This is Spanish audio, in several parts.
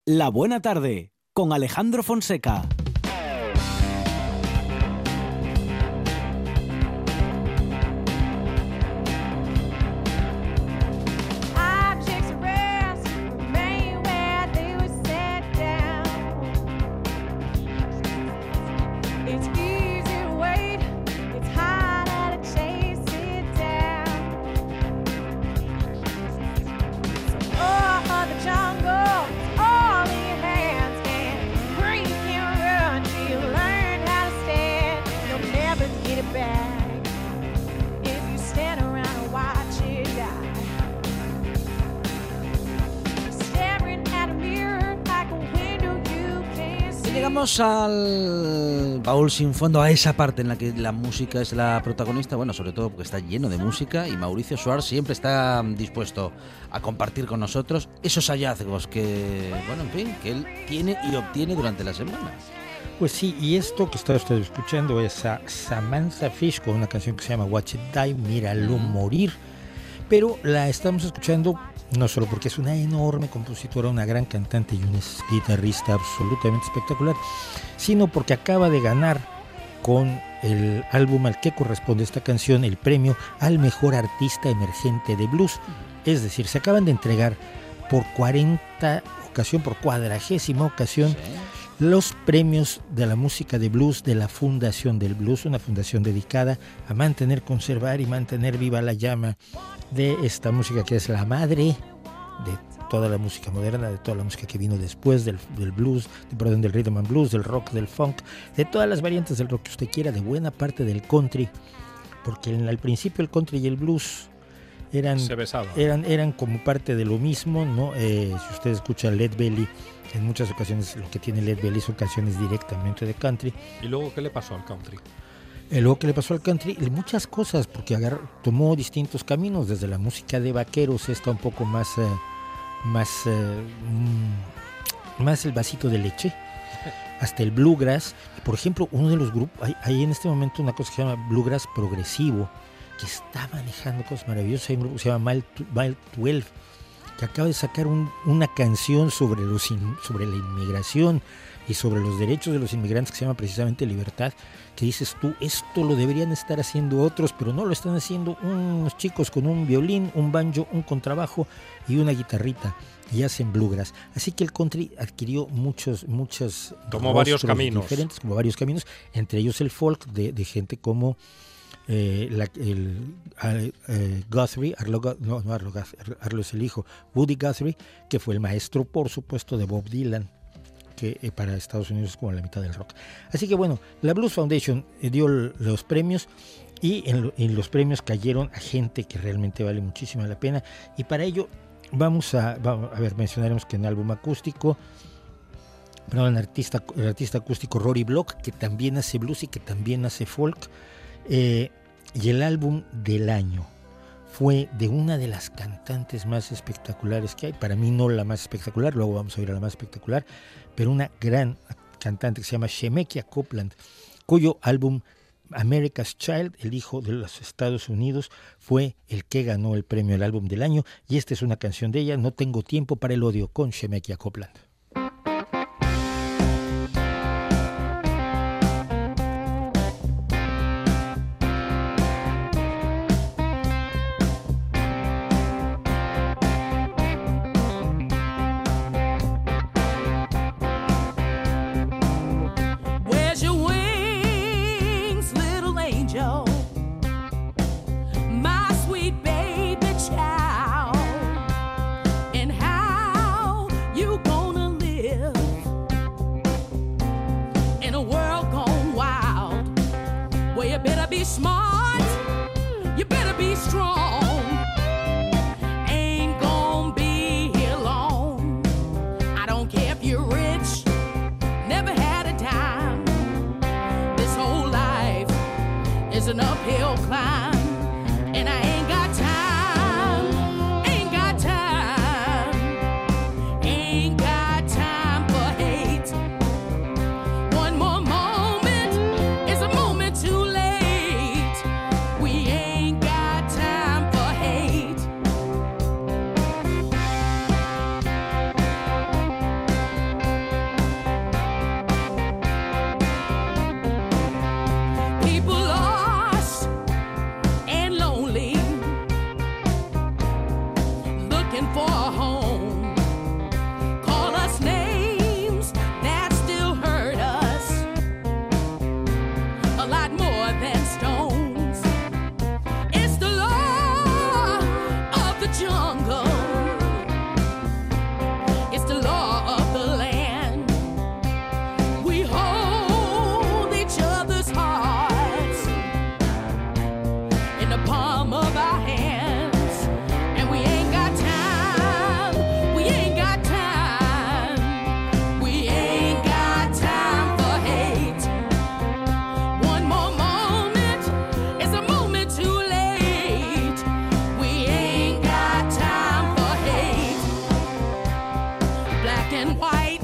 La Buena Tarde, con Alejandro Fonseca. Llegamos al baúl sin fondo, a esa parte en la que la música es la protagonista, bueno, sobre todo porque está lleno de música y Mauricio Schwartz siempre está dispuesto a compartir con nosotros esos hallazgos que, bueno, en fin, que él tiene y obtiene durante la semana. Pues sí, y esto que está usted escuchando es a Samantha Fish con una canción que se llama Watch It Die, Míralo Morir, pero la estamos escuchando no solo porque es una enorme compositora, una gran cantante y una guitarrista absolutamente espectacular, sino porque acaba de ganar con el álbum al que corresponde esta canción el premio al mejor artista emergente de blues. Es decir, se acaban de entregar por 40ª ocasión, los premios de la música de blues de la Fundación del Blues, una fundación dedicada a mantener, conservar y mantener viva la llama de esta música que es la madre de toda la música moderna, de toda la música que vino después del blues, del rhythm and blues, del rock, del funk, de todas las variantes del rock que usted quiera, de buena parte del country, porque al principio el country y el blues eran como parte de lo mismo, ¿no? Si usted escucha Led Belly, en muchas ocasiones lo que tiene Led Belly son canciones directamente de country. ¿Y luego qué le pasó al country? Luego que le pasó al country, muchas cosas, porque tomó distintos caminos, desde la música de vaqueros, esta un poco más el vasito de leche, hasta el bluegrass. Por ejemplo, uno de los grupos, hay en este momento una cosa que se llama bluegrass progresivo, que está manejando cosas maravillosas. Hay un grupo que se llama Mile 12, que acaba de sacar una canción sobre la inmigración y sobre los derechos de los inmigrantes, que se llama precisamente Libertad, que dices tú, esto lo deberían estar haciendo otros, pero no lo están haciendo unos chicos con un violín, un banjo, un contrabajo y una guitarrita, y hacen bluegrass. Así que el country adquirió tomó varios caminos diferentes, como varios caminos, entre ellos el folk de gente como Guthrie, Arlo es el hijo, Woody Guthrie, que fue el maestro, por supuesto, de Bob Dylan, que para Estados Unidos es como la mitad del rock. Así que bueno, la Blues Foundation dio los premios, y en los premios cayeron a gente que realmente vale muchísimo la pena, y para ello vamos a ver, mencionaremos que en álbum acústico, el artista acústico Rory Block, que también hace blues y que también hace folk, y el álbum del año fue de una de las cantantes más espectaculares que hay. Para mí no la más espectacular, luego vamos a ir a la más espectacular, pero una gran cantante que se llama Shemekia Copeland, cuyo álbum America's Child, el hijo de los Estados Unidos, fue el que ganó el premio al álbum del año, y esta es una canción de ella, No tengo tiempo para el odio, con Shemekia Copeland.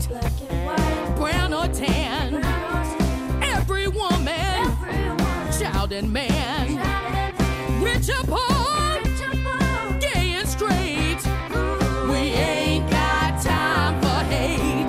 brown or tan, every woman, child and man, rich or poor, gay and straight, we ain't got time for hate.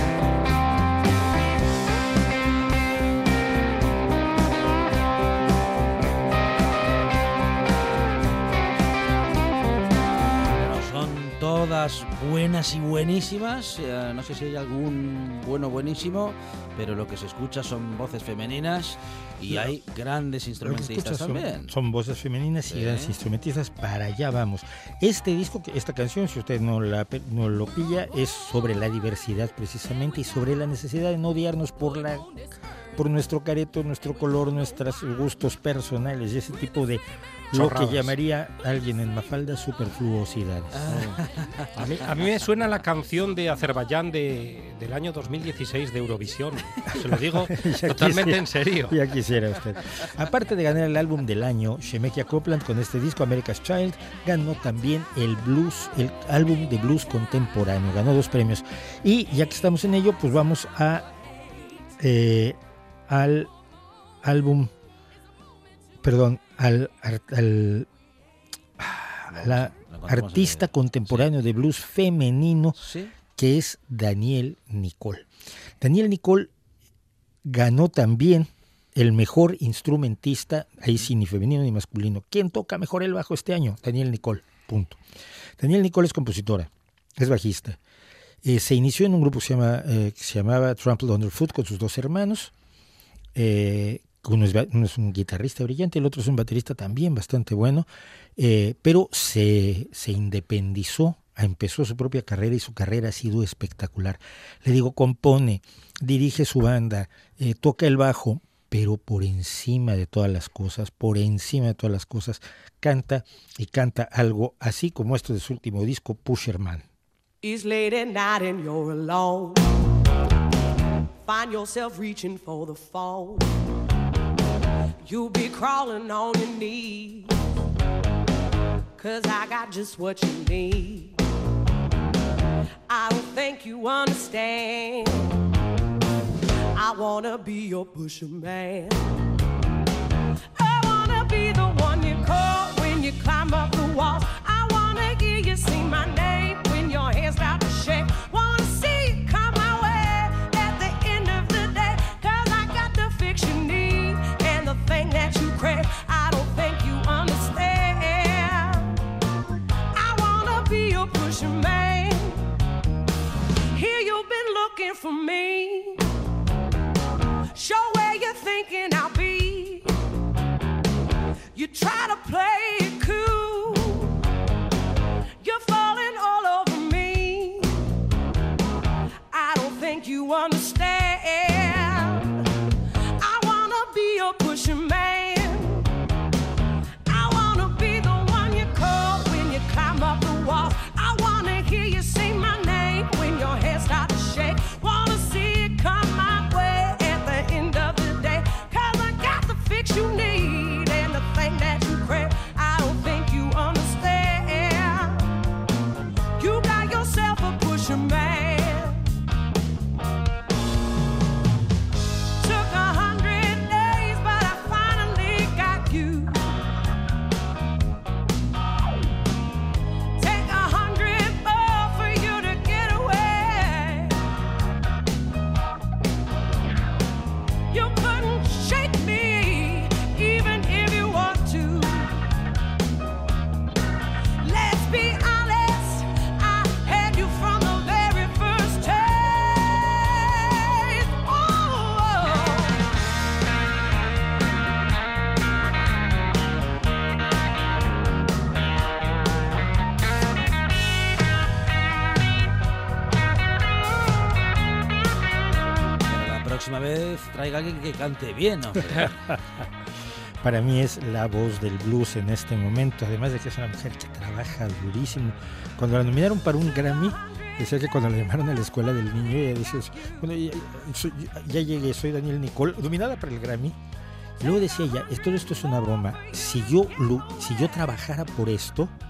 Todas buenas y buenísimas, no sé si hay algún bueno buenísimo, pero lo que se escucha son voces femeninas y hay grandes instrumentistas también. Son voces femeninas y grandes instrumentistas, para allá vamos. Este disco, esta canción, si usted no lo pilla, es sobre la diversidad precisamente y sobre la necesidad de no odiarnos por nuestro careto, nuestro color, nuestros gustos personales y ese tipo de lo que llamaría alguien en Mafalda superfluosidades. A mí me suena la canción de Azerbaiyán del año 2016 de Eurovisión. Se lo digo totalmente en serio. Ya quisiera usted. Aparte de ganar el álbum del año, Shemekia Copeland con este disco America's Child ganó también el álbum de blues contemporáneo. Ganó 2 premios. Y ya que estamos en ello, pues vamos al álbum, perdón, al artista contemporáneo de blues femenino, ¿sí? Que es Danielle Nicole. Danielle Nicole ganó también el mejor instrumentista, ahí sí, ni femenino ni masculino. ¿Quién toca mejor el bajo este año? Danielle Nicole, punto. Danielle Nicole es compositora, es bajista. Se inició en un grupo que se llamaba Trampled Underfoot con sus 2 hermanos. Uno es un guitarrista brillante, el otro es un baterista también bastante bueno, pero se independizó, empezó su propia carrera y su carrera ha sido espectacular. Le digo, compone, dirige su banda, toca el bajo, pero por encima de todas las cosas, canta algo así como esto de su último disco, Pusher Man. It's late at night and you're alone. Find yourself reaching for the phone. You'll be crawling on your knees, 'cause I got just what you need. I don't think you understand. I wanna be your pusher man. I wanna be the one you call when you climb up the walls. I wanna hear you sing my name when your hands start to shake. Wanna see you come my way at the end of the day, 'cause I got the fix you need and the thing that you crave. I don't think you understand. I wanna be your pusher man. Here you've been looking for me. Show where you're thinking I'll be. You try to play it cool. You're falling all over me. I don't think you understand. I wanna be your pusher man. I wanna be the one you call when you climb up the walls. I wanna hear you sing my name when your hands start to shake. Wanna see it come my way at the end of the day, 'cause I got the fix you need and the thing that you crave. I don't think you understand. You got yourself a pusher man. Took 100 days, but I finally got you. Take 100 more for you to get away. You couldn't shake me, even if you want to. Let's be honest, I had you from the very first taste. Oh. La próxima vez traiga a alguien que cante bien, hombre. Para mí es la voz del blues en este momento, además de que es una mujer que trabaja durísimo. Cuando la nominaron para un Grammy, decía que cuando la llamaron a la escuela del niño, ella decía, bueno, ya llegué, soy Danielle Nicole, nominada para el Grammy. Y luego decía ella, todo esto es una broma. Si yo trabajara por esto,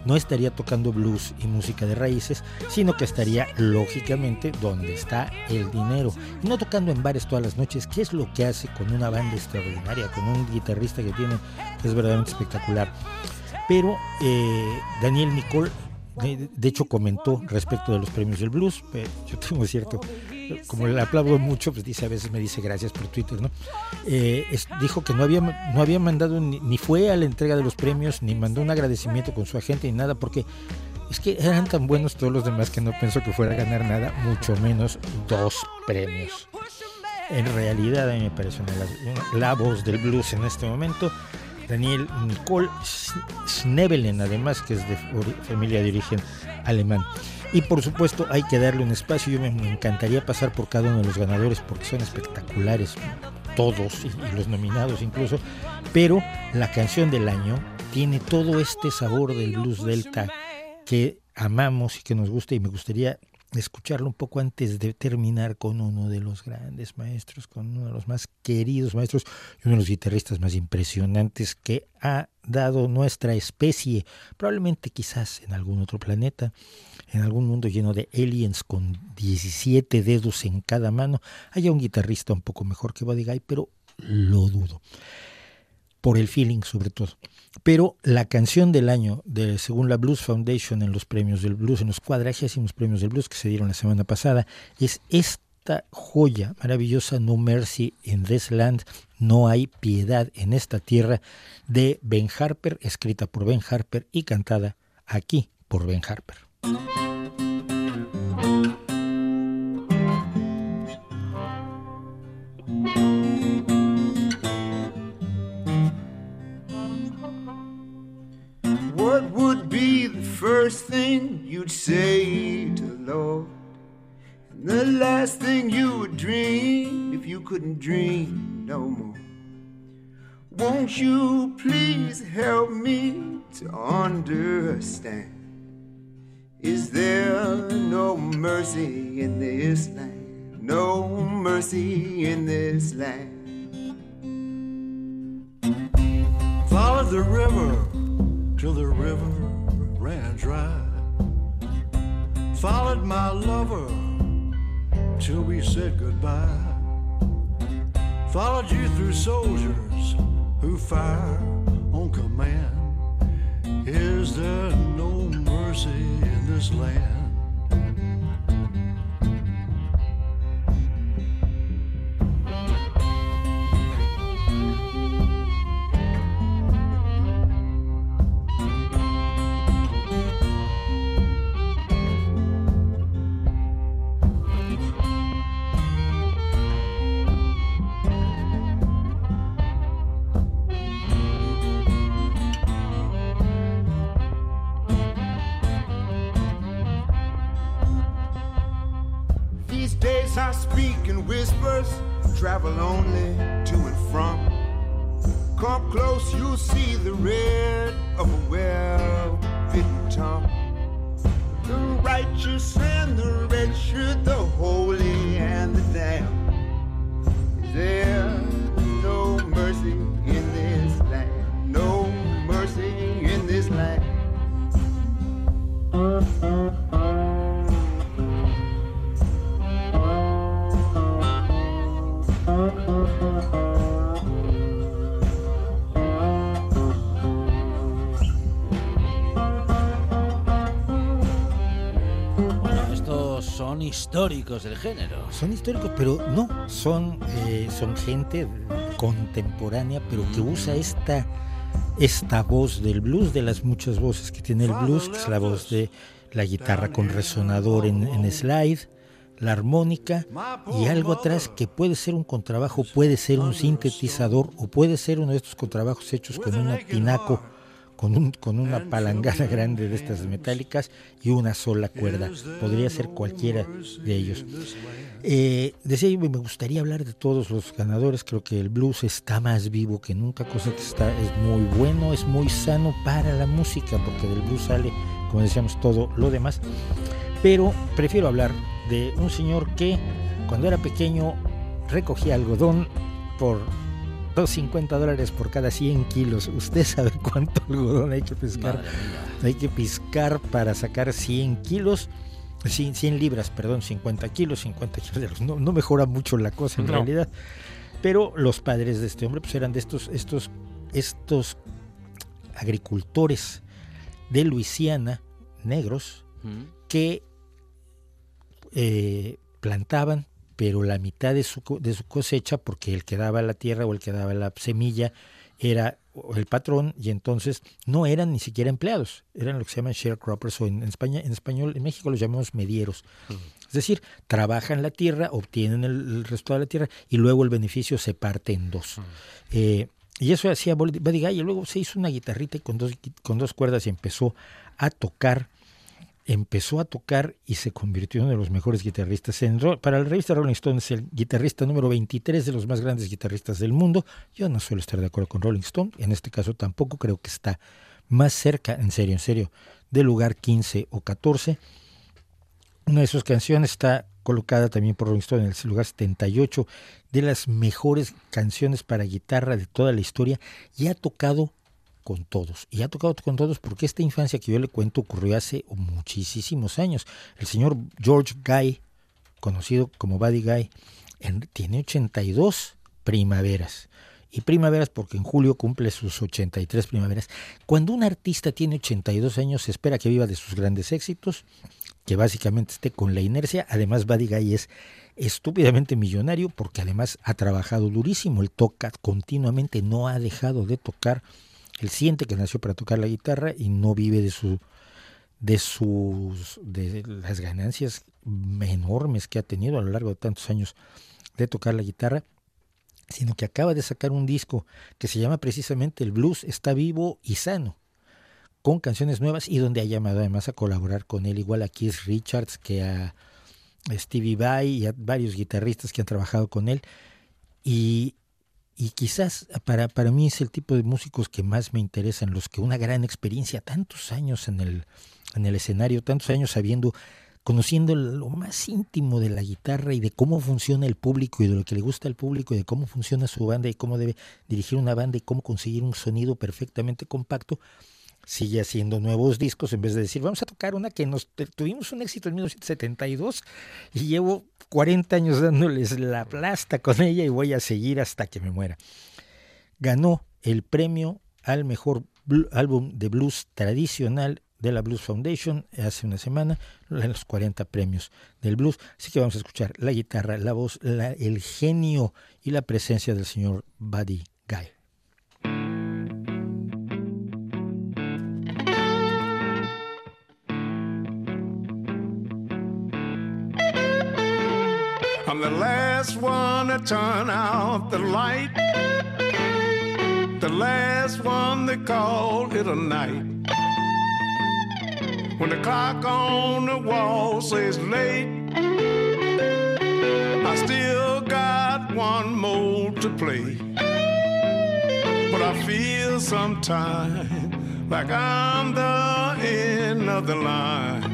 no estaría tocando blues y música de raíces, sino que estaría lógicamente donde está el dinero, y no tocando en bares todas las noches, que es lo que hace con una banda extraordinaria, con un guitarrista que es verdaderamente espectacular. Pero Daniel Nicole de hecho comentó respecto de los premios del blues. Yo tengo cierto, como le aplaudo mucho, pues a veces me dice gracias por Twitter, ¿no? Dijo que no había mandado ni fue a la entrega de los premios, ni mandó un agradecimiento con su agente ni nada, porque es que eran tan buenos todos los demás que no pensó que fuera a ganar nada, mucho menos 2 premios. En realidad a mí me parece la voz del blues en este momento. Daniel Nicole Schnebelen, además, que es de familia de origen alemán. Y por supuesto hay que darle un espacio. Yo me encantaría pasar por cada uno de los ganadores porque son espectaculares todos, y los nominados incluso, pero la canción del año tiene todo este sabor del blues delta que amamos y que nos gusta, y me gustaría escucharlo un poco antes de terminar con uno de los grandes maestros, con uno de los más queridos maestros y uno de los guitarristas más impresionantes que ha dado nuestra especie, probablemente quizás en algún otro planeta, en algún mundo lleno de aliens con 17 dedos en cada mano, haya un guitarrista un poco mejor que Buddy Guy, pero lo dudo, por el feeling sobre todo. Pero la canción del año, según la Blues Foundation, en los premios del blues, en los 40º premios del blues que se dieron la semana pasada, es esta joya maravillosa, No Mercy in This Land, No hay piedad en esta tierra, de Ben Harper, escrita por Ben Harper y cantada aquí por Ben Harper. What would be the first thing you'd say to the Lord? And the last thing you would dream if you couldn't dream no more? Won't you please help me to understand? Is there no mercy in this land? No mercy in this land. Follow the river till the river ran dry. Followed my lover till we said goodbye. Followed you through soldiers who fire on command. Is there no mercy in this land? I speak in whispers, travel only to and from. Come close, you'll see the red of a well-fitting tongue. The righteous and the wretched, the holy and the damned. Is there no mercy in this land? No mercy in this land. Son históricos del género. Son históricos, pero no, son gente contemporánea, pero que usa esta voz del blues, de las muchas voces que tiene el blues, que es la voz de la guitarra con resonador en slide, la armónica y algo atrás que puede ser un contrabajo, puede ser un sintetizador o puede ser uno de estos contrabajos hechos con una tinaco, con una palangana grande de estas metálicas y una sola cuerda. Podría ser cualquiera de ellos. Decía yo, me gustaría hablar de todos los ganadores. Creo que el blues está más vivo que nunca, cosa que es muy bueno, es muy sano para la música, porque del blues sale, como decíamos, todo lo demás. Pero prefiero hablar de un señor que cuando era pequeño recogía algodón por $50 por cada 100 kilos. ¿Usted sabe cuánto algodón hay que pescar? Hay que piscar para sacar 100 kilos. 100 libras, perdón, 50 kilos. No mejora mucho la cosa en realidad. Pero los padres de este hombre pues eran de estos agricultores de Luisiana, negros, que plantaban, pero la mitad de su cosecha, porque el que daba la tierra o el que daba la semilla era el patrón, y entonces no eran ni siquiera empleados, eran lo que se llaman sharecroppers, o en español, en México los llamamos medieros. Es decir, trabajan la tierra, obtienen el resto de la tierra y luego el beneficio se parte en dos. Y eso hacía Buddy Guy, y luego se hizo una guitarrita con dos cuerdas y empezó a tocar y se convirtió en uno de los mejores guitarristas. Para la revista Rolling Stone es el guitarrista número 23 de los más grandes guitarristas del mundo. Yo no suelo estar de acuerdo con Rolling Stone, en este caso tampoco, creo que está más cerca, en serio, del lugar 15 o 14. Una de sus canciones está colocada también por Rolling Stone en el lugar 78 de las mejores canciones para guitarra de toda la historia, y ha tocado con todos. Y ha tocado con todos porque esta infancia que yo le cuento ocurrió hace muchísimos años. El señor George Guy, conocido como Buddy Guy, tiene 82 primaveras. Y primaveras porque en julio cumple sus 83 primaveras. Cuando un artista tiene 82 años, se espera que viva de sus grandes éxitos, que básicamente esté con la inercia. Además, Buddy Guy es estúpidamente millonario porque además ha trabajado durísimo. Él toca continuamente, no ha dejado de tocar. Él siente que nació para tocar la guitarra y no vive de las ganancias enormes que ha tenido a lo largo de tantos años de tocar la guitarra, sino que acaba de sacar un disco que se llama precisamente El Blues está vivo y sano, con canciones nuevas, y donde ha llamado además a colaborar con él, igual a Keith Richards, que a Stevie Vai y a varios guitarristas que han trabajado con él. Y quizás para mí es el tipo de músicos que más me interesan, los que una gran experiencia, tantos años en el escenario, tantos años conociendo lo más íntimo de la guitarra y de cómo funciona el público y de lo que le gusta al público y de cómo funciona su banda y cómo debe dirigir una banda y cómo conseguir un sonido perfectamente compacto. Sigue haciendo nuevos discos en vez de decir, vamos a tocar una que tuvimos un éxito en 1972 y llevo 40 años dándoles la plasta con ella y voy a seguir hasta que me muera. Ganó el premio al mejor álbum de blues tradicional de la Blues Foundation hace una semana, en los 40 premios del blues. Así que vamos a escuchar la guitarra, la voz, el genio y la presencia del señor Buddy Guy. I'm the last one to turn out the light, the last one that called it a night. When the clock on the wall says late, I still got one more to play. But I feel sometimes like I'm the end of the line.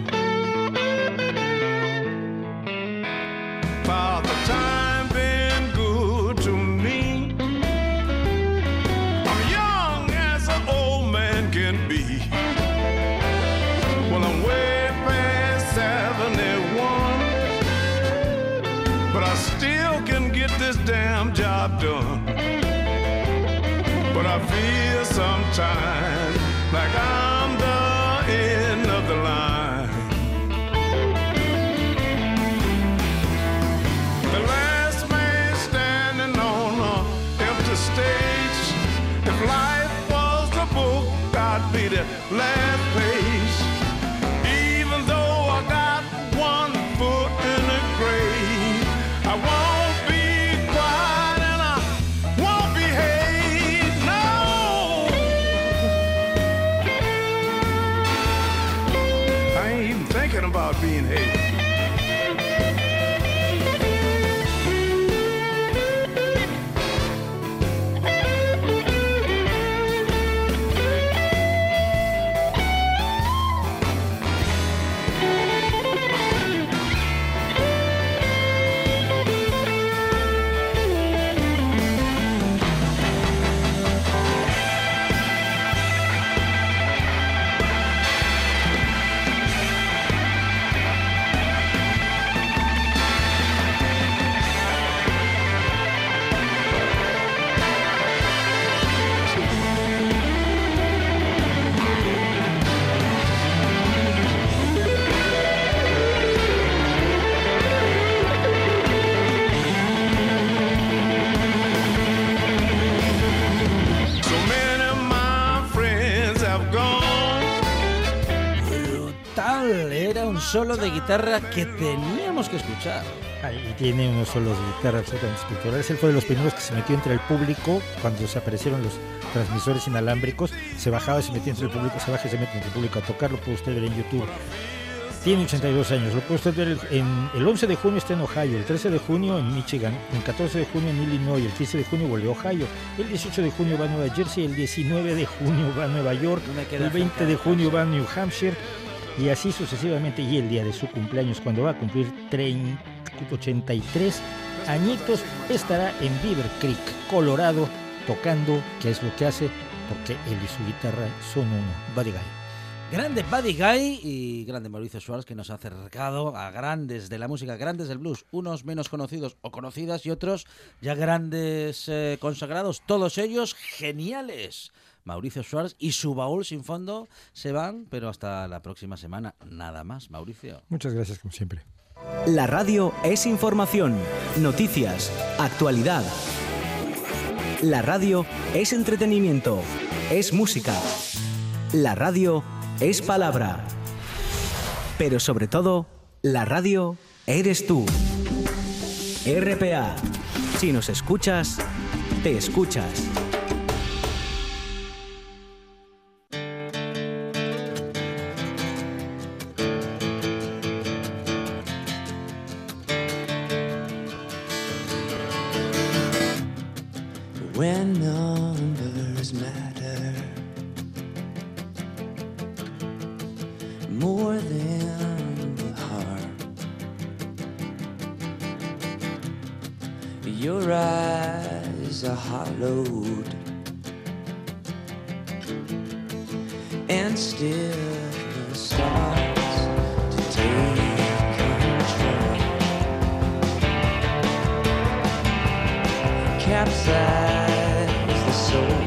Father time been good to me. I'm young as an old man can be. Well, I'm way past 71, but I still can get this damn job done. But I feel sometimes like I'm the end of the line. If life was a book, I'd be the last page. Even though I got one foot in the grave, I won't be quiet and I won't behave, no. I ain't even thinking about being hated. solo de guitarra que teníamos que escuchar. Y tiene unos solos de guitarra absolutamente espectaculares. Él fue de los primeros que se metió entre el público cuando se aparecieron los transmisores inalámbricos. Se bajaba y se metía entre el público, se baja y se mete entre el público a tocar. Lo puede usted ver en YouTube. Tiene 82 años. Lo puede usted ver el 11 de junio está en Ohio, el 13 de junio en Michigan, el 14 de junio en Illinois, el 15 de junio volvió a Ohio, el 18 de junio va a Nueva Jersey, el 19 de junio va a Nueva York, el 20 de junio va a New Hampshire y así sucesivamente. Y el día de su cumpleaños, cuando va a cumplir 83 añitos, estará en Beaver Creek, Colorado, tocando, que es lo que hace, porque él y su guitarra son uno. Buddy Guy. Grande Buddy Guy y grande Mauricio Schwartz, que nos ha acercado a grandes de la música, grandes del blues, unos menos conocidos o conocidas y otros ya grandes consagrados, todos ellos geniales. Mauricio Schwartz y su baúl sin fondo se van, pero hasta la próxima semana, nada más. Mauricio. Muchas gracias, como siempre. La radio es información, noticias, actualidad. La radio es entretenimiento, es música. La radio es palabra. Pero sobre todo, la radio eres tú. RPA. Si nos escuchas, te escuchas. When numbers matter more than the heart, your eyes are hollowed and stillness starts to take control. Capsize the soul.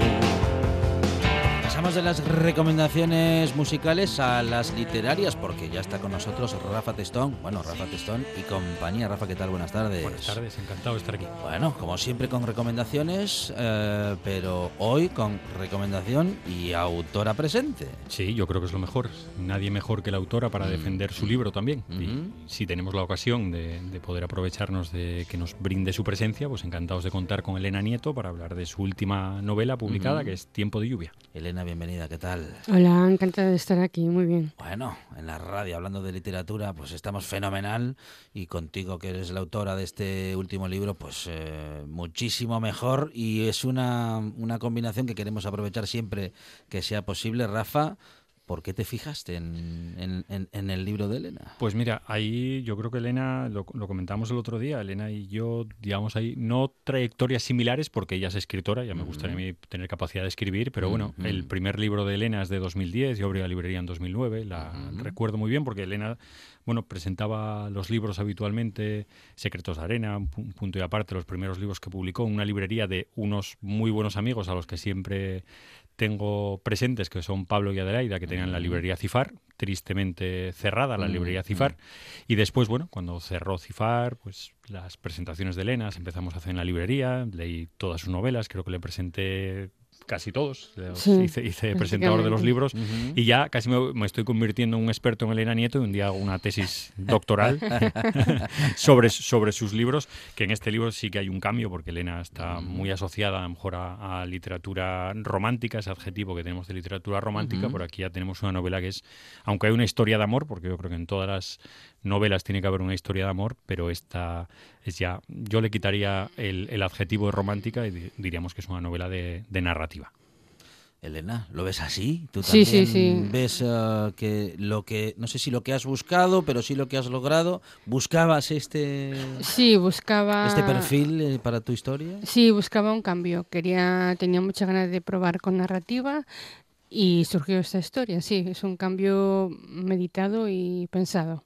Pasamos de las recomendaciones musicales a las literarias, porque ya está con nosotros Rafa Testón. Bueno, Rafa Testón y compañía. Rafa, ¿qué tal? Buenas tardes. Buenas tardes, encantado de estar aquí. Bueno, como siempre con recomendaciones, pero hoy con recomendación y autora presente. Sí, yo creo que es lo mejor. Nadie mejor que la autora para defender su libro también. Y si tenemos la ocasión de poder aprovecharnos de que nos brinde su presencia, pues encantados de contar con Elena Nieto para hablar de su última novela publicada, que es Tiempo de lluvia. Elena, bienvenida, ¿qué tal? Hola, encantada de estar aquí, muy bien. Bueno, en la radio, hablando de literatura, pues estamos fenomenal, y contigo, que eres la autora de este último libro, pues muchísimo mejor, y es una combinación que queremos aprovechar siempre que sea posible. Rafa, ¿por qué te fijaste en el libro de Elena? Pues mira, ahí yo creo que Elena, lo comentamos el otro día, Elena y yo, digamos ahí, no trayectorias similares, porque ella es escritora, ya me gustaría a mí tener capacidad de escribir, pero bueno, el primer libro de Elena es de 2010, yo abrí la librería en 2009, la recuerdo muy bien porque Elena, bueno, presentaba los libros habitualmente, Secretos de Arena, un punto y aparte, los primeros libros que publicó, en una librería de unos muy buenos amigos a los que siempre tengo presentes, que son Pablo y Adelaida, que tenían la librería Cifar, tristemente cerrada la librería Cifar, y después, bueno, cuando cerró Cifar, pues las presentaciones de Elena empezamos a hacer en la librería, leí todas sus novelas, creo que le presenté casi todos, Sí, hice presentador de los libros, y ya casi me estoy convirtiendo en un experto en Elena Nieto, y un día hago una tesis doctoral sobre sus libros, que en este libro sí que hay un cambio, porque Elena está muy asociada a lo mejor a literatura romántica, ese adjetivo que tenemos de literatura romántica, por aquí ya tenemos una novela que es, aunque hay una historia de amor, porque yo creo que en todas las novelas tiene que haber una historia de amor, pero esta es ya, yo le quitaría el adjetivo de romántica y diríamos que es una novela de narrativa. Elena, ¿lo ves así? ¿Tú Sí, también sí. ves que no sé si lo que has buscado, pero sí lo que has logrado? ¿Buscabas Sí, buscaba... este perfil para tu historia? Sí, buscaba un cambio. Tenía muchas ganas de probar con narrativa y surgió esta historia. Sí, es un cambio meditado y pensado.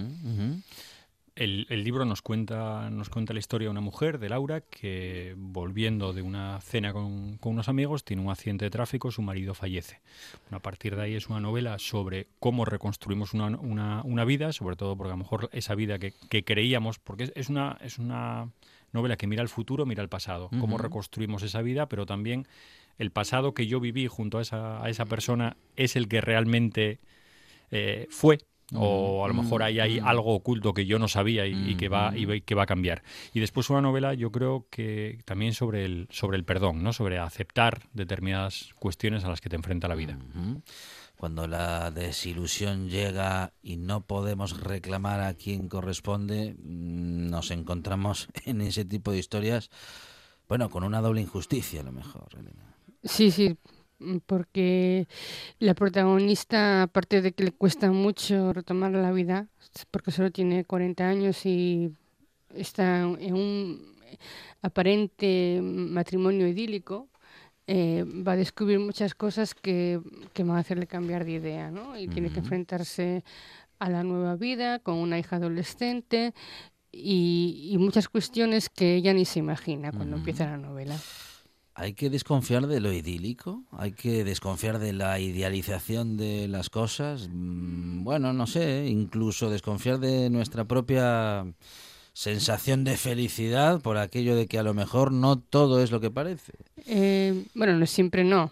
El libro nos cuenta la historia de una mujer, de Laura, que volviendo de una cena con unos amigos tiene un accidente de tráfico, su marido fallece. Bueno, a partir de ahí es una novela sobre cómo reconstruimos una vida, sobre todo porque a lo mejor esa vida que creíamos, porque es una novela que mira al futuro, mira al pasado, cómo reconstruimos esa vida, pero también el pasado que yo viví junto a esa persona es el que realmente fue, O a lo mejor ahí hay algo oculto que yo no sabía y que va a cambiar. Y después una novela, yo creo que también sobre el perdón, ¿no? Sobre aceptar determinadas cuestiones a las que te enfrenta la vida. Cuando la desilusión llega y no podemos reclamar a quien corresponde, nos encontramos en ese tipo de historias, bueno, con una doble injusticia a lo mejor, Elena. Sí, porque la protagonista, aparte de que le cuesta mucho retomar la vida, porque solo tiene 40 años y está en un aparente matrimonio idílico, va a descubrir muchas cosas que van a hacerle cambiar de idea, ¿no? Y tiene que enfrentarse a la nueva vida con una hija adolescente y muchas cuestiones que ella ni se imagina cuando empieza la novela. ¿Hay que desconfiar de lo idílico? ¿Hay que desconfiar de la idealización de las cosas? Bueno, no sé, incluso desconfiar de nuestra propia sensación de felicidad por aquello de que a lo mejor no todo es lo que parece. Bueno, siempre no.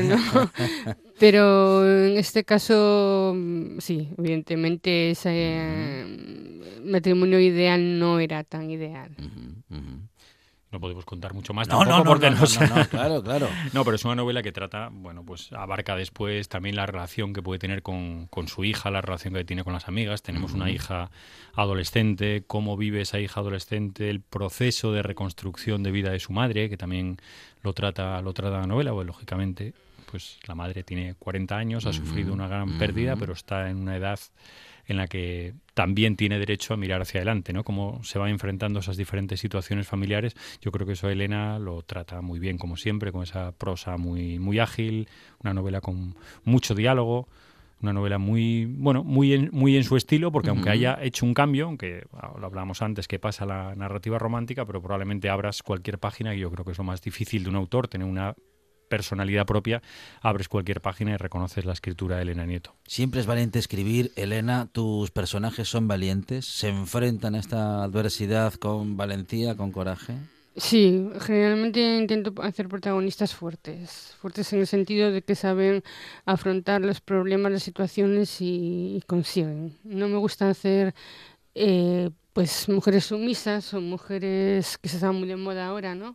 Pero en este caso, sí, evidentemente ese matrimonio ideal no era tan ideal. No podemos contar mucho más No, claro. No, pero es una novela que trata, bueno, pues abarca después también la relación que puede tener con su hija, la relación que tiene con las amigas. Tenemos una hija adolescente, cómo vive esa hija adolescente, el proceso de reconstrucción de vida de su madre, que también lo trata la novela, pues lógicamente, pues la madre tiene 40 años, ha sufrido una gran pérdida, pero está en una edad en la que también tiene derecho a mirar hacia adelante, ¿no? Cómo se va enfrentando a esas diferentes situaciones familiares. Yo creo que eso Elena lo trata muy bien, como siempre, con esa prosa muy, muy ágil, una novela con mucho diálogo, una novela muy en su estilo, porque aunque haya hecho un cambio, aunque lo hablábamos antes, que pasa la narrativa romántica, pero probablemente abras cualquier página, y yo creo que es lo más difícil de un autor, tener una personalidad propia, abres cualquier página y reconoces la escritura de Elena Nieto. Siempre es valiente escribir, Elena. ¿Tus personajes son valientes? ¿Se enfrentan a esta adversidad con valentía, con coraje? Sí, generalmente intento hacer protagonistas fuertes en el sentido de que saben afrontar los problemas, las situaciones y consiguen. No me gusta hacer pues mujeres sumisas o mujeres que se están muy de moda ahora, ¿no?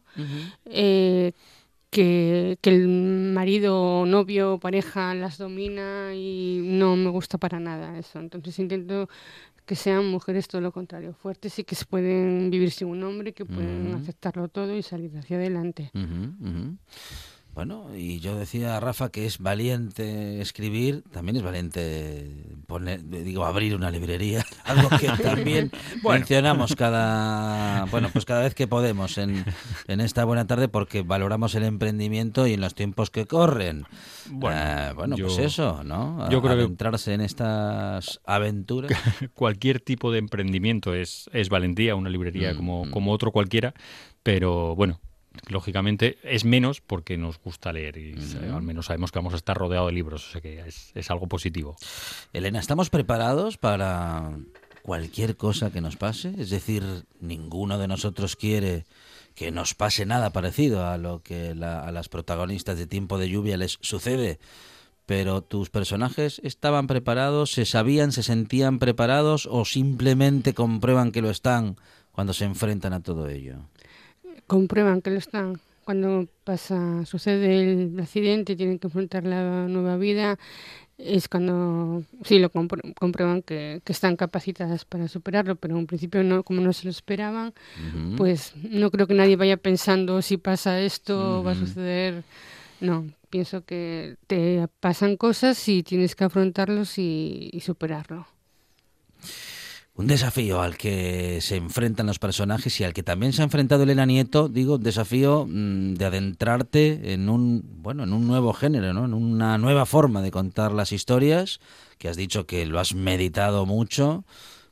Que el marido, novio o pareja las domina y no me gusta para nada eso. Entonces intento que sean mujeres todo lo contrario, fuertes y que se pueden vivir sin un hombre, que pueden aceptarlo todo y salir hacia adelante. Bueno, y yo decía a Rafa que es valiente escribir, también es valiente abrir una librería, algo que también mencionamos cada vez que podemos en esta buena tarde, porque valoramos el emprendimiento y en los tiempos que corren. Pues eso, ¿no? Yo creo adentrarse en estas aventuras. Cualquier tipo de emprendimiento es valentía, una librería como otro cualquiera, pero bueno, lógicamente es menos porque nos gusta leer y al menos sabemos que vamos a estar rodeados de libros, o sea que es algo positivo. Elena, ¿estamos preparados para cualquier cosa que nos pase? Es decir, ninguno de nosotros quiere que nos pase nada parecido a lo que a las protagonistas de Tiempo de Lluvia les sucede, pero ¿tus personajes estaban preparados? ¿Se sabían, se sentían preparados o simplemente comprueban que lo están cuando se enfrentan a todo ello? Comprueban que lo están. Cuando sucede el accidente y tienen que enfrentar la nueva vida, es cuando sí lo comprueban que están capacitadas para superarlo, pero en principio no, como no se lo esperaban, pues no creo que nadie vaya pensando si pasa esto va a suceder. No, pienso que te pasan cosas y tienes que afrontarlos y superarlo. Un desafío al que se enfrentan los personajes y al que también se ha enfrentado Elena Nieto, un desafío de adentrarte en un nuevo género, ¿no? En una nueva forma de contar las historias, que has dicho que lo has meditado mucho,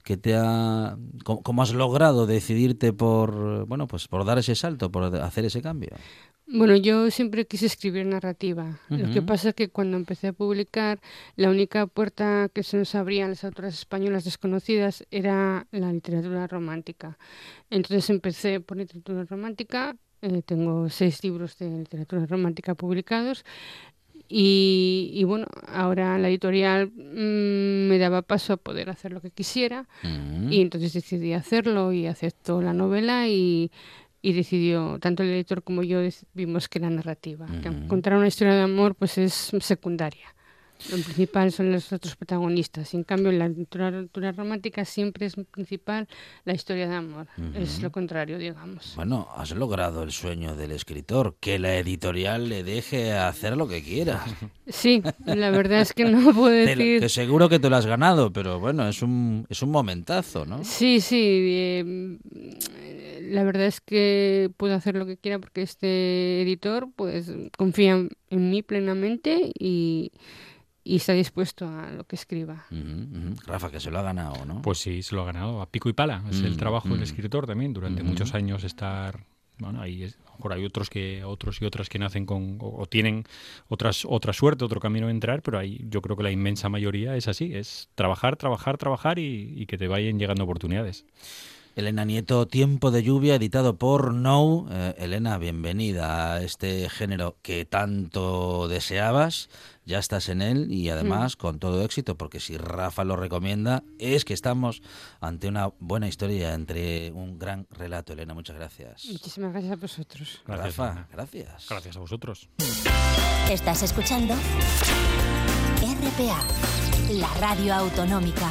¿cómo has logrado decidirte por dar ese salto, por hacer ese cambio? Bueno, yo siempre quise escribir narrativa. Lo que pasa es que cuando empecé a publicar, la única puerta que se nos abrían las autoras españolas desconocidas era la literatura romántica. Entonces empecé por literatura romántica, tengo 6 libros de literatura romántica publicados Y bueno, ahora la editorial me daba paso a poder hacer lo que quisiera y entonces decidí hacerlo y aceptó la novela y decidió, tanto el editor como yo vimos que era narrativa, que contar una historia de amor pues es secundaria. Lo principal son los otros protagonistas. Y en cambio, en la literatura romántica siempre es principal la historia de amor. Es lo contrario, digamos. Bueno, has logrado el sueño del escritor, que la editorial le deje hacer lo que quiera. Sí, la verdad es que no puedo decir... Que seguro que te lo has ganado, pero bueno, es un momentazo, ¿no? Sí, la verdad es que puedo hacer lo que quiera porque este editor pues confía en mí plenamente y está dispuesto a lo que escriba. Rafa, que se lo ha ganado, ¿no? Pues sí, se lo ha ganado a pico y pala. Es el trabajo del escritor también, durante muchos años estar... Bueno, ahí hay otros y otras que nacen con o tienen otra suerte, otro camino de entrar, pero ahí yo creo que la inmensa mayoría es así, es trabajar y que te vayan llegando oportunidades. Elena Nieto, Tiempo de lluvia, editado por No. Elena, bienvenida a este género que tanto deseabas. Ya estás en él y además con todo éxito, porque si Rafa lo recomienda es que estamos ante una buena historia, entre un gran relato. Elena, muchas gracias. Muchísimas gracias a vosotros. Gracias, Rafa, Elena. gracias. Gracias a vosotros. Estás escuchando RPA, la radio autonómica.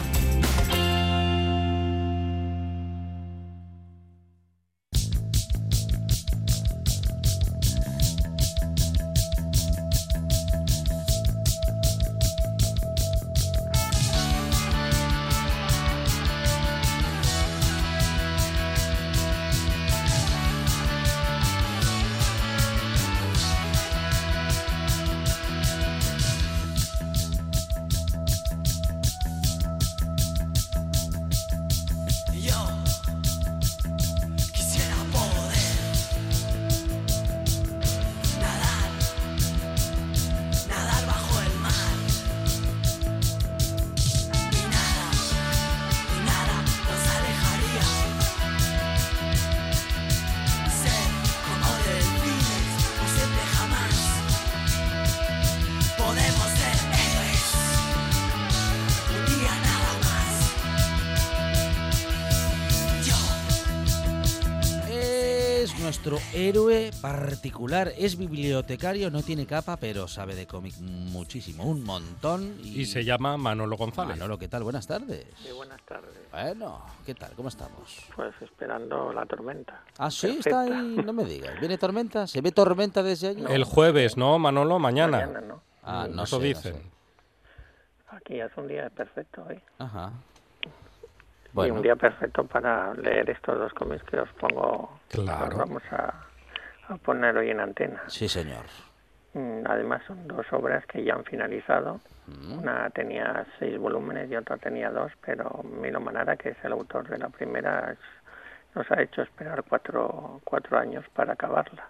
Nuestro héroe particular es bibliotecario, no tiene capa, pero sabe de cómic muchísimo, un montón. Y se llama Manolo González. Manolo, ¿qué tal? Buenas tardes. Sí, buenas tardes. Bueno, ¿qué tal? ¿Cómo estamos? Pues esperando la tormenta. Ah, sí, Perfecta. está ahí, no me digas. ¿Viene tormenta? ¿Se ve tormenta desde allí? El jueves, ¿no, Manolo? Mañana. Mañana no. Ah, no Eso sé, dicen. no sé. Aquí es un día perfecto hoy. Ajá. Y Bueno. un día perfecto para leer estos dos cómics que os pongo. Claro. Os vamos a poner hoy en antena. Sí, señor. Además son dos obras que ya han finalizado. Una tenía 6 volúmenes y otra tenía 2, pero Milo Manara, que es el autor de la primera, nos ha hecho esperar 4 años para acabarla.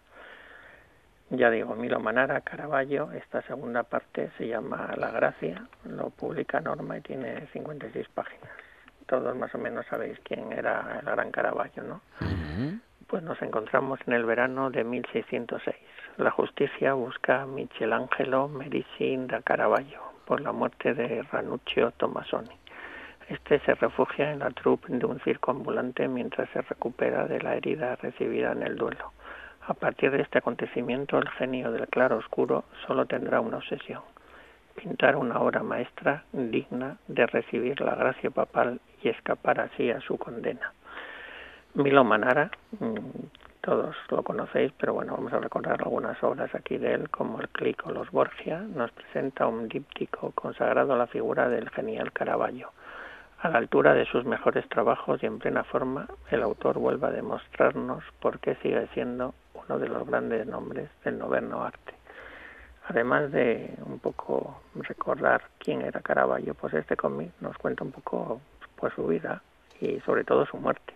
Ya digo, Milo Manara, Caravaggio, esta segunda parte se llama La Gracia, lo publica Norma y tiene 56 páginas. Todos más o menos sabéis quién era el gran Caravaggio, ¿no? Pues nos encontramos en el verano de 1606. La justicia busca a Michelangelo Merisi da Caravaggio por la muerte de Ranuccio Tommasoni. Este se refugia en la troupe de un circo ambulante mientras se recupera de la herida recibida en el duelo. A partir de este acontecimiento, el genio del claroscuro solo tendrá una obsesión: pintar una obra maestra digna de recibir la gracia papal y escapar así a su condena. Milo Manara, todos lo conocéis, pero bueno, vamos a recordar algunas obras aquí de él, como El Clic o Los Borgia. Nos presenta un díptico consagrado a la figura del genial Caravaggio. A la altura de sus mejores trabajos y en plena forma, el autor vuelve a demostrarnos por qué sigue siendo uno de los grandes nombres del noveno arte. Además de un poco recordar quién era Caravaggio, pues este cómic nos cuenta un poco pues su vida y sobre todo su muerte,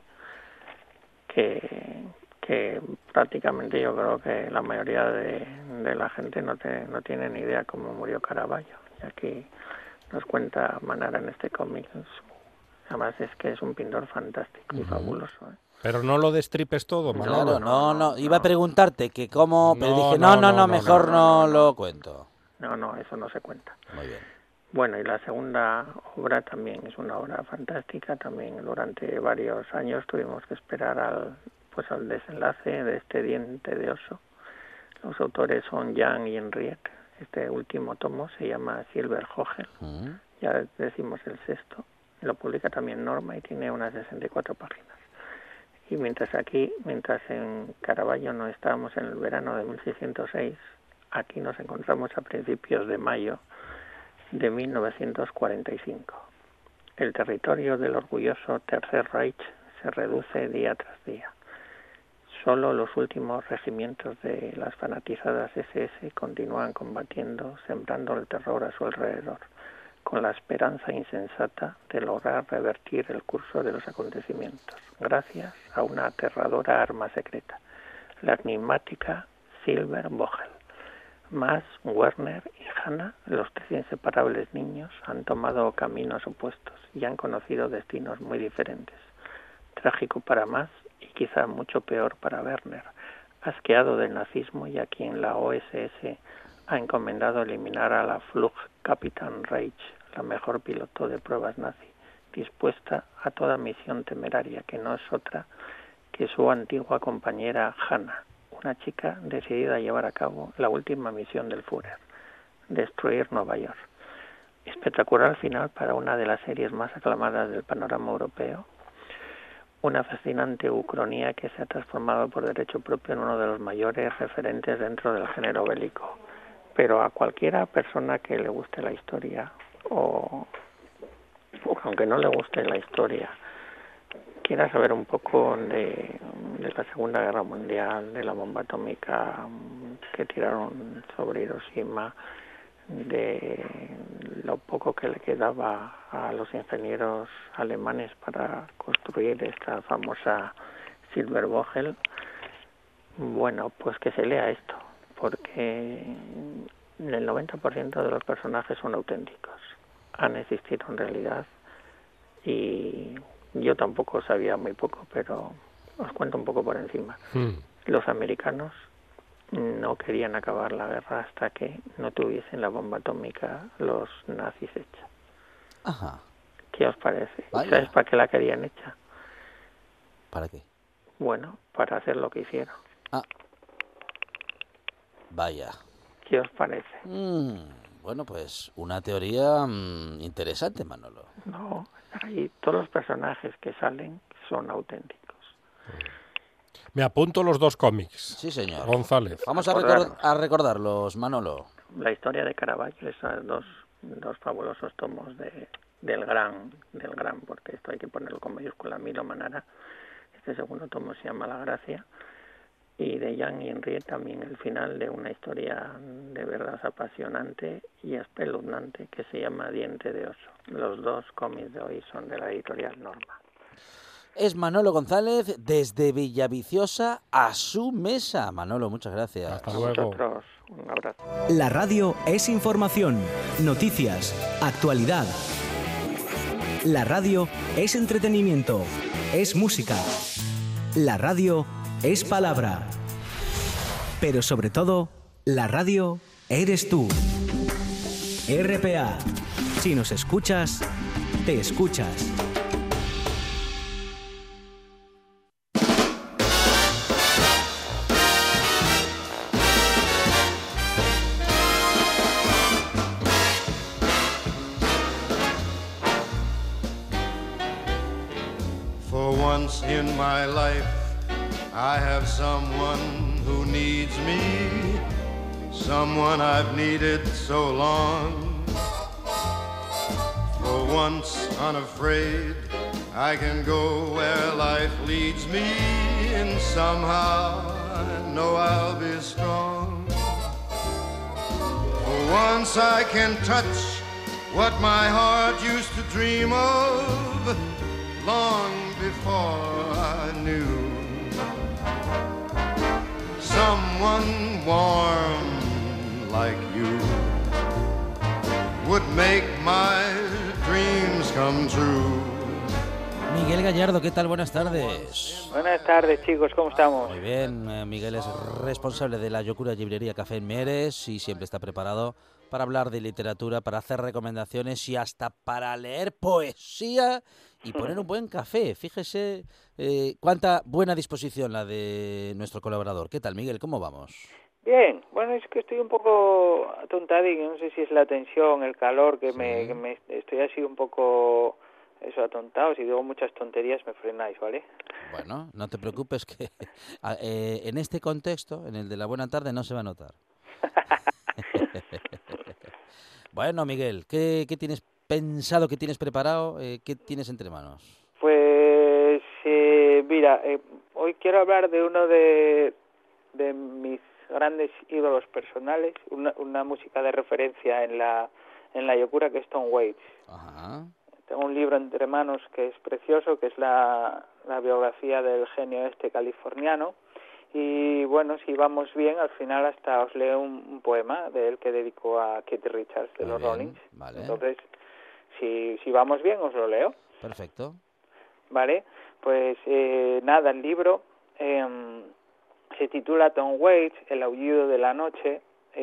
que prácticamente yo creo que la mayoría de la gente no tiene ni idea cómo murió Caravaggio. Y aquí nos cuenta Manara en este cómic. Además es que es un pintor fantástico y fabuloso, ¿eh? Pero no lo destripes todo, Manolo. Claro, no. Iba a preguntarte que cómo, pero dije, no, mejor no lo cuento. No, eso no se cuenta. Muy bien. Bueno, y la segunda obra también es una obra fantástica. También durante varios años tuvimos que esperar al desenlace de este Diente de Oso. Los autores son Jan y Henriette. Este último tomo se llama Silbervogel. Ya decimos el sexto. Lo publica también Norma y tiene unas 64 páginas. Y mientras en Caravaggio no estábamos en el verano de 1606, aquí nos encontramos a principios de mayo de 1945. El territorio del orgulloso Tercer Reich se reduce día tras día. Solo los últimos regimientos de las fanatizadas SS continúan combatiendo, sembrando el terror a su alrededor, con la esperanza insensata de lograr revertir el curso de los acontecimientos, gracias a una aterradora arma secreta, la enigmática Silbervogel. Mas Werner y Hanna, los 3 inseparables niños, han tomado caminos opuestos y han conocido destinos muy diferentes. Trágico para Mas y quizá mucho peor para Werner, asqueado del nazismo y a quien la OSS ha encomendado eliminar a la Flugkapitän Reich, la mejor piloto de pruebas nazi, dispuesta a toda misión temeraria que no es otra que su antigua compañera Hanna, una chica decidida a llevar a cabo la última misión del Führer, destruir Nueva York. Espectacular final para una de las series más aclamadas del panorama europeo, una fascinante ucronía que se ha transformado por derecho propio en uno de los mayores referentes dentro del género bélico. Pero a cualquiera persona que le guste la historia, o aunque no le guste la historia, quiera saber un poco de la Segunda Guerra Mundial, de la bomba atómica que tiraron sobre Hiroshima, de lo poco que le quedaba a los ingenieros alemanes para construir esta famosa Silbervogel, bueno, pues que se lea esto, porque el 90% de los personajes son auténticos, han existido en realidad, y yo tampoco sabía muy poco, pero os cuento un poco por encima. Los americanos no querían acabar la guerra hasta que no tuviesen la bomba atómica los nazis hecha. Ajá. ¿Qué os parece? Vaya. ¿Sabes para qué la querían hecha? ¿Para qué? Bueno, para hacer lo que hicieron. Ah. Vaya. ¿Qué os parece? Bueno, pues una teoría interesante, Manolo. No, ahí todos los personajes que salen son auténticos. Me apunto los 2 cómics. Sí, señor. González. Vamos a recordarlos, Manolo. La historia de Caravaggio, esos dos fabulosos tomos del gran, porque esto hay que ponerlo con mayúscula, Milo Manara. Este segundo tomo se llama La Gracia. Y de Jan y Henriette también el final de una historia de verdad apasionante y espeluznante que se llama Diente de Oso. Los 2 cómics de hoy son de la editorial Norma. Es Manolo González desde Villaviciosa a su mesa. Manolo, muchas gracias. Hasta luego. Nosotros, un abrazo. La radio es información, noticias, actualidad. La radio es entretenimiento, es música. La radio es palabra. Pero sobre todo, la radio eres tú. RPA. Si nos escuchas, te escuchas. For once in my life, I have someone who needs me, someone I've needed so long. For once unafraid, I can go where life leads me, and somehow I know I'll be strong. For once I can touch what my heart used to dream of long before I knew. Someone warm like you would make my dreams come true. Miguel Gallardo, ¿qué tal? Buenas tardes. Buenas tardes, chicos, ¿cómo estamos? Muy bien, Miguel es responsable de la Yocura Librería Café en Mieres y siempre está preparado para hablar de literatura, para hacer recomendaciones y hasta para leer poesía y poner un buen café. Fíjese cuánta buena disposición la de nuestro colaborador. ¿Qué tal, Miguel? ¿Cómo vamos? Bien, bueno, es que estoy un poco atontadín, no sé si es la tensión, el calor, que me estoy así un poco atontado. Si digo muchas tonterías me frenáis, ¿vale? Bueno, no te preocupes que en este contexto, en el de la buena tarde, no se va a notar. Bueno, Miguel, ¿qué tienes pensado, qué tienes preparado, qué tienes entre manos? Pues, mira, hoy quiero hablar de uno de mis grandes ídolos personales, una música de referencia en la Yokura, que es Tom Waits. Ajá. Tengo un libro entre manos que es precioso, que es la biografía del genio californiano. Y bueno, si vamos bien, al final hasta os leo un poema de él que dedico a Keith Richards de los Rollins. Vale. Entonces, si vamos bien, os lo leo. Perfecto. Vale, pues nada, el libro se titula Tom Waits, El aullido de la noche.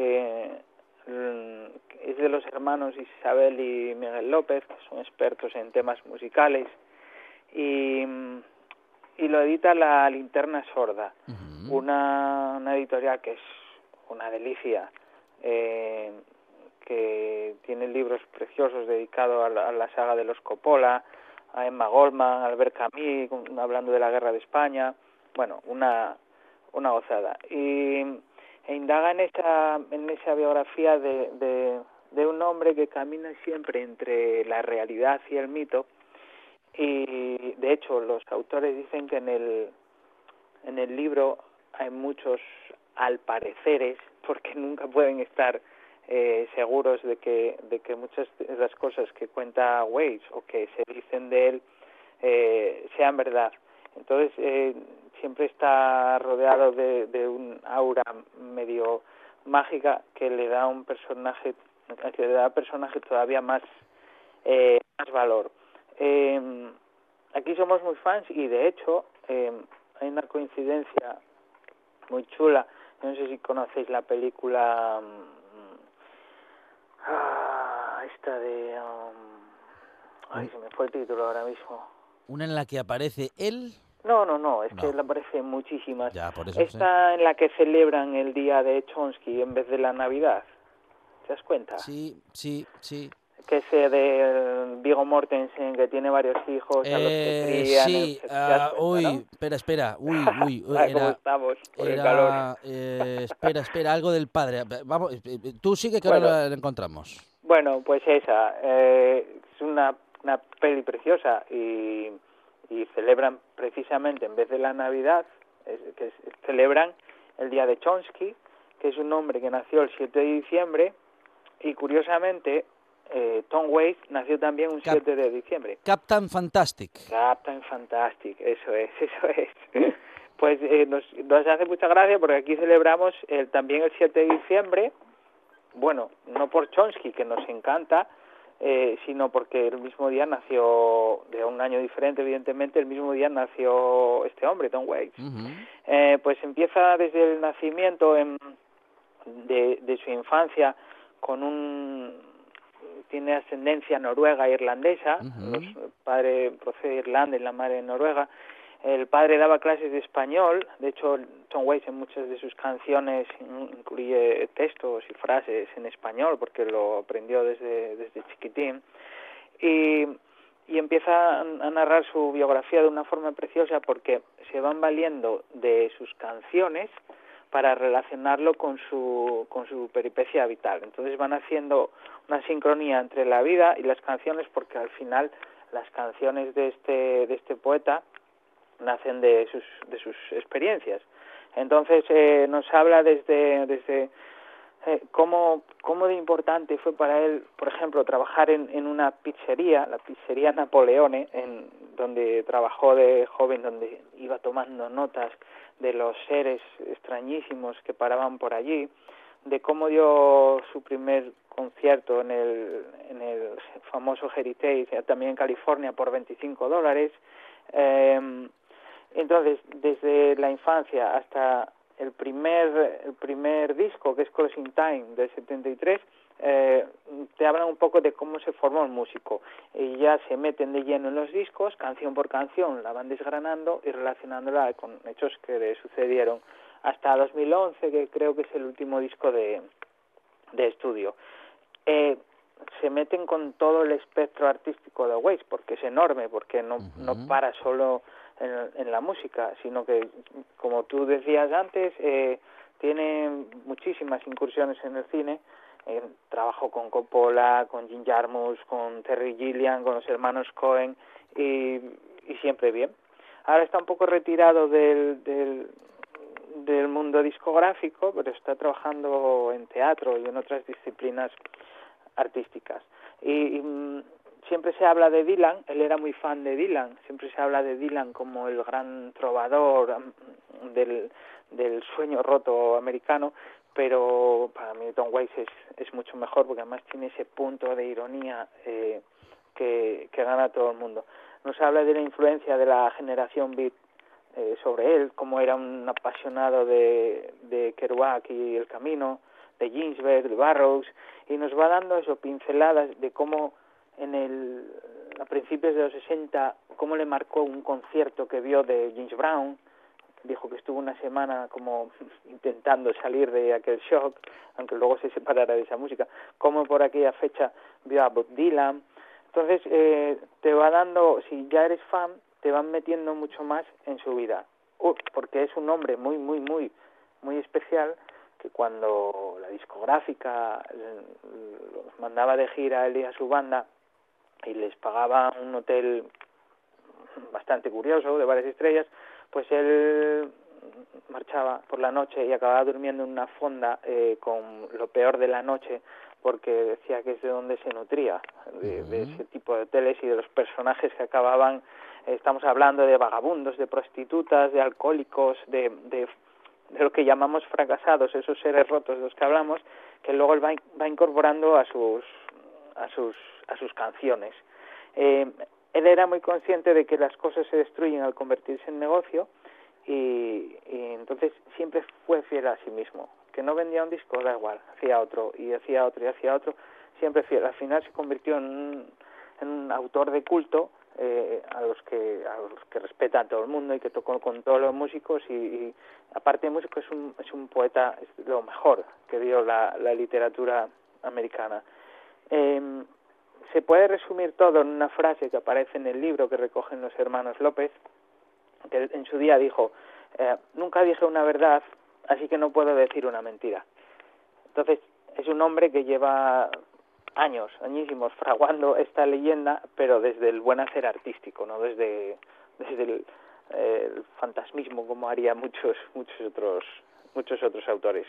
Es de los hermanos Isabel y Miguel López, que son expertos en temas musicales, y lo edita La Linterna Sorda, una editorial que es una delicia, que tiene libros preciosos dedicados a la saga de los Coppola, a Emma Goldman, a Albert Camus, hablando de la Guerra de España. Bueno, una gozada. E indaga en esa biografía de un hombre que camina siempre entre la realidad y el mito. Y de hecho los autores dicen que en el libro hay muchos al pareceres, porque nunca pueden estar seguros de que muchas de las cosas que cuenta Waits o que se dicen de él sean verdad. Entonces siempre está rodeado de un aura medio mágica que le da al personaje todavía más valor. Aquí somos muy fans y de hecho hay una coincidencia muy chula. No sé si conocéis la película esta de se me fue el título ahora mismo. ¿Una en la que aparece él? No, es que le aparecen muchísimas. Ya, por eso Esta en la que celebran el día de Chomsky en vez de la Navidad. ¿Te das cuenta? Sí. Que es de Viggo Mortensen, que tiene varios hijos, a los que crían. Sí, ¿no? espera. Uy. ¿Cómo estamos? Por el calor. Espera, algo del padre. Vamos, tú sigue que ahora la encontramos. Bueno, pues esa. Es una peli preciosa y celebran precisamente, en vez de la Navidad, celebran el día de Chomsky, que es un hombre que nació el 7 de diciembre, y curiosamente Tom Waits nació también un 7 de diciembre. Captain Fantastic, eso es. Pues nos hace mucha gracia porque aquí celebramos también el 7 de diciembre, bueno, no por Chomsky, que nos encanta, sino porque el mismo día nació, de un año diferente evidentemente, el mismo día nació este hombre, Tom Waits. Pues empieza desde el nacimiento de su infancia tiene ascendencia noruega e irlandesa. El padre procede de Irlanda y la madre de Noruega. El padre daba clases de español. De hecho, Tom Waits en muchas de sus canciones incluye textos y frases en español porque lo aprendió desde chiquitín. Y empieza a narrar su biografía de una forma preciosa porque se van valiendo de sus canciones para relacionarlo con su peripecia vital. Entonces van haciendo una sincronía entre la vida y las canciones, porque al final las canciones de este poeta nacen de sus experiencias. Entonces nos habla desde cómo de importante fue para él, por ejemplo, trabajar en una pizzería, la pizzería Napoleone, donde trabajó de joven, donde iba tomando notas de los seres extrañísimos que paraban por allí, de cómo dio su primer concierto en el famoso Heritage, también en California, por $25. Entonces, desde la infancia hasta el primer disco, que es Closing Time, del 73, te hablan un poco de cómo se forma un músico y ya se meten de lleno en los discos, canción por canción, la van desgranando y relacionándola con hechos que le sucedieron hasta 2011, que creo que es el último disco de estudio. Se meten con todo el espectro artístico de Waze, porque es enorme, porque no para solo en la música, sino que, como tú decías antes, tiene muchísimas incursiones en el cine. Trabajó con Coppola, con Jim Jarmusch, con Terry Gilliam, con los hermanos Coen, y siempre bien. Ahora está un poco retirado del mundo discográfico, pero está trabajando en teatro y en otras disciplinas artísticas. Y siempre se habla de Dylan, él era muy fan de Dylan, siempre se habla de Dylan como el gran trovador del sueño roto americano, pero para mí Tom Waits es mucho mejor, porque además tiene ese punto de ironía que gana a todo el mundo. Nos habla de la influencia de la generación beat sobre él, como era un apasionado de Kerouac y El Camino, de Ginsberg, de Burroughs, y nos va dando eso, pinceladas de cómo a principios de los 60, cómo le marcó un concierto que vio de James Brown. Dijo que estuvo una semana como intentando salir de aquel shock, aunque luego se separara de esa música, como por aquella fecha vio a Bob Dylan. Entonces te va dando, si ya eres fan, te van metiendo mucho más en su vida, porque es un hombre muy, muy, muy, muy especial, que cuando la discográfica los mandaba de gira a él y a su banda y les pagaba un hotel bastante curioso, de varias estrellas, pues él marchaba por la noche y acababa durmiendo en una fonda con lo peor de la noche, porque decía que es de donde se nutría, de ese tipo de hoteles y de los personajes que acababan. Estamos hablando de vagabundos, de prostitutas, de alcohólicos, de lo que llamamos fracasados, esos seres rotos de los que hablamos, que luego él va incorporando a sus canciones. Él era muy consciente de que las cosas se destruyen al convertirse en negocio, y entonces siempre fue fiel a sí mismo. Que no vendía un disco, da igual, hacía otro, y hacía otro, y hacía otro, siempre fiel. Al final se convirtió en un autor de culto, a los que respeta a todo el mundo y que tocó con todos los músicos, y aparte de músico es un poeta, es lo mejor que dio la literatura americana. Se puede resumir todo en una frase que aparece en el libro que recogen los hermanos López, que en su día dijo: nunca dije una verdad, así que no puedo decir una mentira. Entonces es un hombre que lleva añísimos fraguando esta leyenda, pero desde el buen hacer artístico, no desde el fantasmismo, como haría muchos otros autores.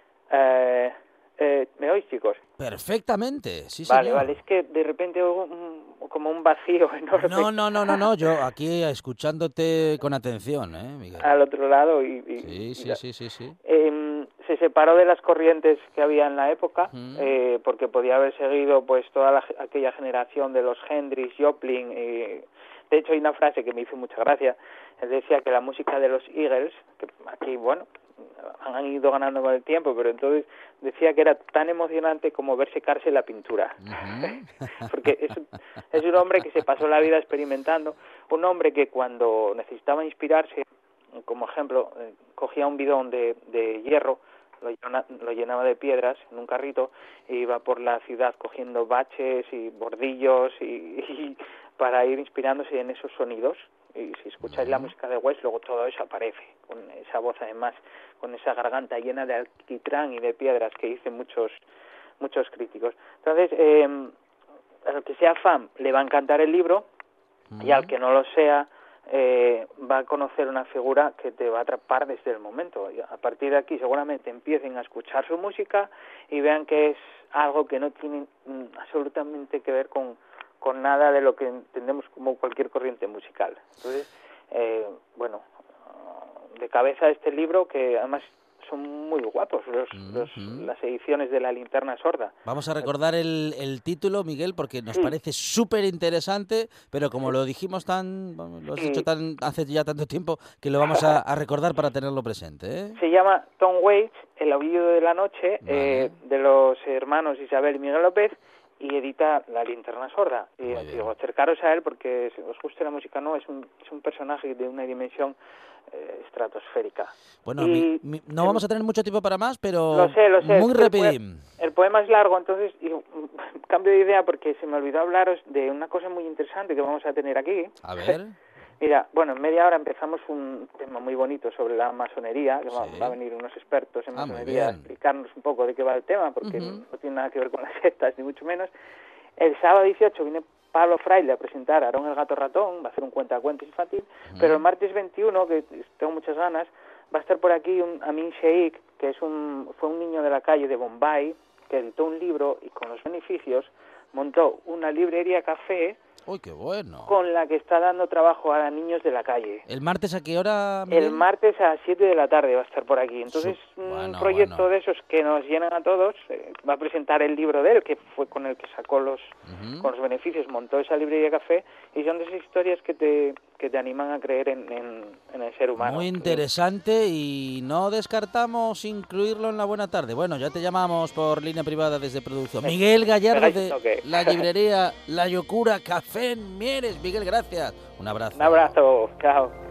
¿Me oís, chicos? Perfectamente, sí, vale, señor. Vale, es que de repente hubo como un vacío enorme. No, yo aquí escuchándote con atención, Miguel. Al otro lado Sí. Se separó de las corrientes que había en la época, porque podía haber seguido pues toda aquella generación de los Hendrix, Joplin. De hecho, hay una frase que me hizo mucha gracia. Él decía que la música de los Eagles, que aquí, bueno, han ido ganando con el tiempo, pero entonces decía que era tan emocionante como ver secarse la pintura. Porque es un hombre que se pasó la vida experimentando, un hombre que cuando necesitaba inspirarse, como ejemplo, cogía un bidón de hierro, lo llenaba de piedras en un carrito e iba por la ciudad cogiendo baches y bordillos y para ir inspirándose en esos sonidos. Y si escucháis la música de West, luego todo eso aparece, con esa voz además, con esa garganta llena de alquitrán y de piedras que dicen muchos críticos. Entonces, al que sea fan le va a encantar el libro, y al que no lo sea va a conocer una figura que te va a atrapar desde el momento. Y a partir de aquí seguramente empiecen a escuchar su música y vean que es algo que no tiene absolutamente que ver con nada de lo que entendemos como cualquier corriente musical. Entonces, de cabeza este libro, que además son muy guapos las ediciones de La Linterna Sorda. Vamos a recordar el título, Miguel, porque nos parece súper interesante, pero como lo dijimos lo has dicho hace ya tanto tiempo, que lo vamos a recordar para tenerlo presente, ¿eh? Se llama Tom Waits, El aullido de la noche, de los hermanos Isabel y Miguel López, y edita La Linterna Sorda. Y digo, acercaros a él porque si os gusta la música, no, es un personaje de una dimensión estratosférica. Bueno, no vamos a tener mucho tiempo para más, pero lo sé, muy rapidín. El poema es largo, entonces cambio de idea porque se me olvidó hablaros de una cosa muy interesante que vamos a tener aquí. A ver. Mira, bueno, en media hora empezamos un tema muy bonito sobre la masonería, que va a venir unos expertos en masonería a explicarnos un poco de qué va el tema, porque no tiene nada que ver con las sectas, ni mucho menos. El sábado 18 viene Pablo Fraile a presentar Aarón el gato ratón, va a hacer un cuentacuentos infantil, pero el martes 21, que tengo muchas ganas, va a estar por aquí un Amin Sheikh, que fue un niño de la calle de Bombay, que editó un libro y con los beneficios montó una librería café. ¡Uy, qué bueno! Con la que está dando trabajo a niños de la calle. ¿El martes a qué hora, Miguel? El martes a 7 de la tarde va a estar por aquí. Entonces, un proyecto de esos que nos llenan a todos. Va a presentar el libro de él, que fue con el que sacó con los beneficios, montó esa librería de café. Y son de esas historias que te animan a creer en el ser humano. Muy interesante y no descartamos incluirlo en la buena tarde. Bueno, ya te llamamos por línea privada desde producción. Miguel Gallardo de la librería La Locura Café en Mieres. Miguel, gracias. Un abrazo. Un abrazo. Chao.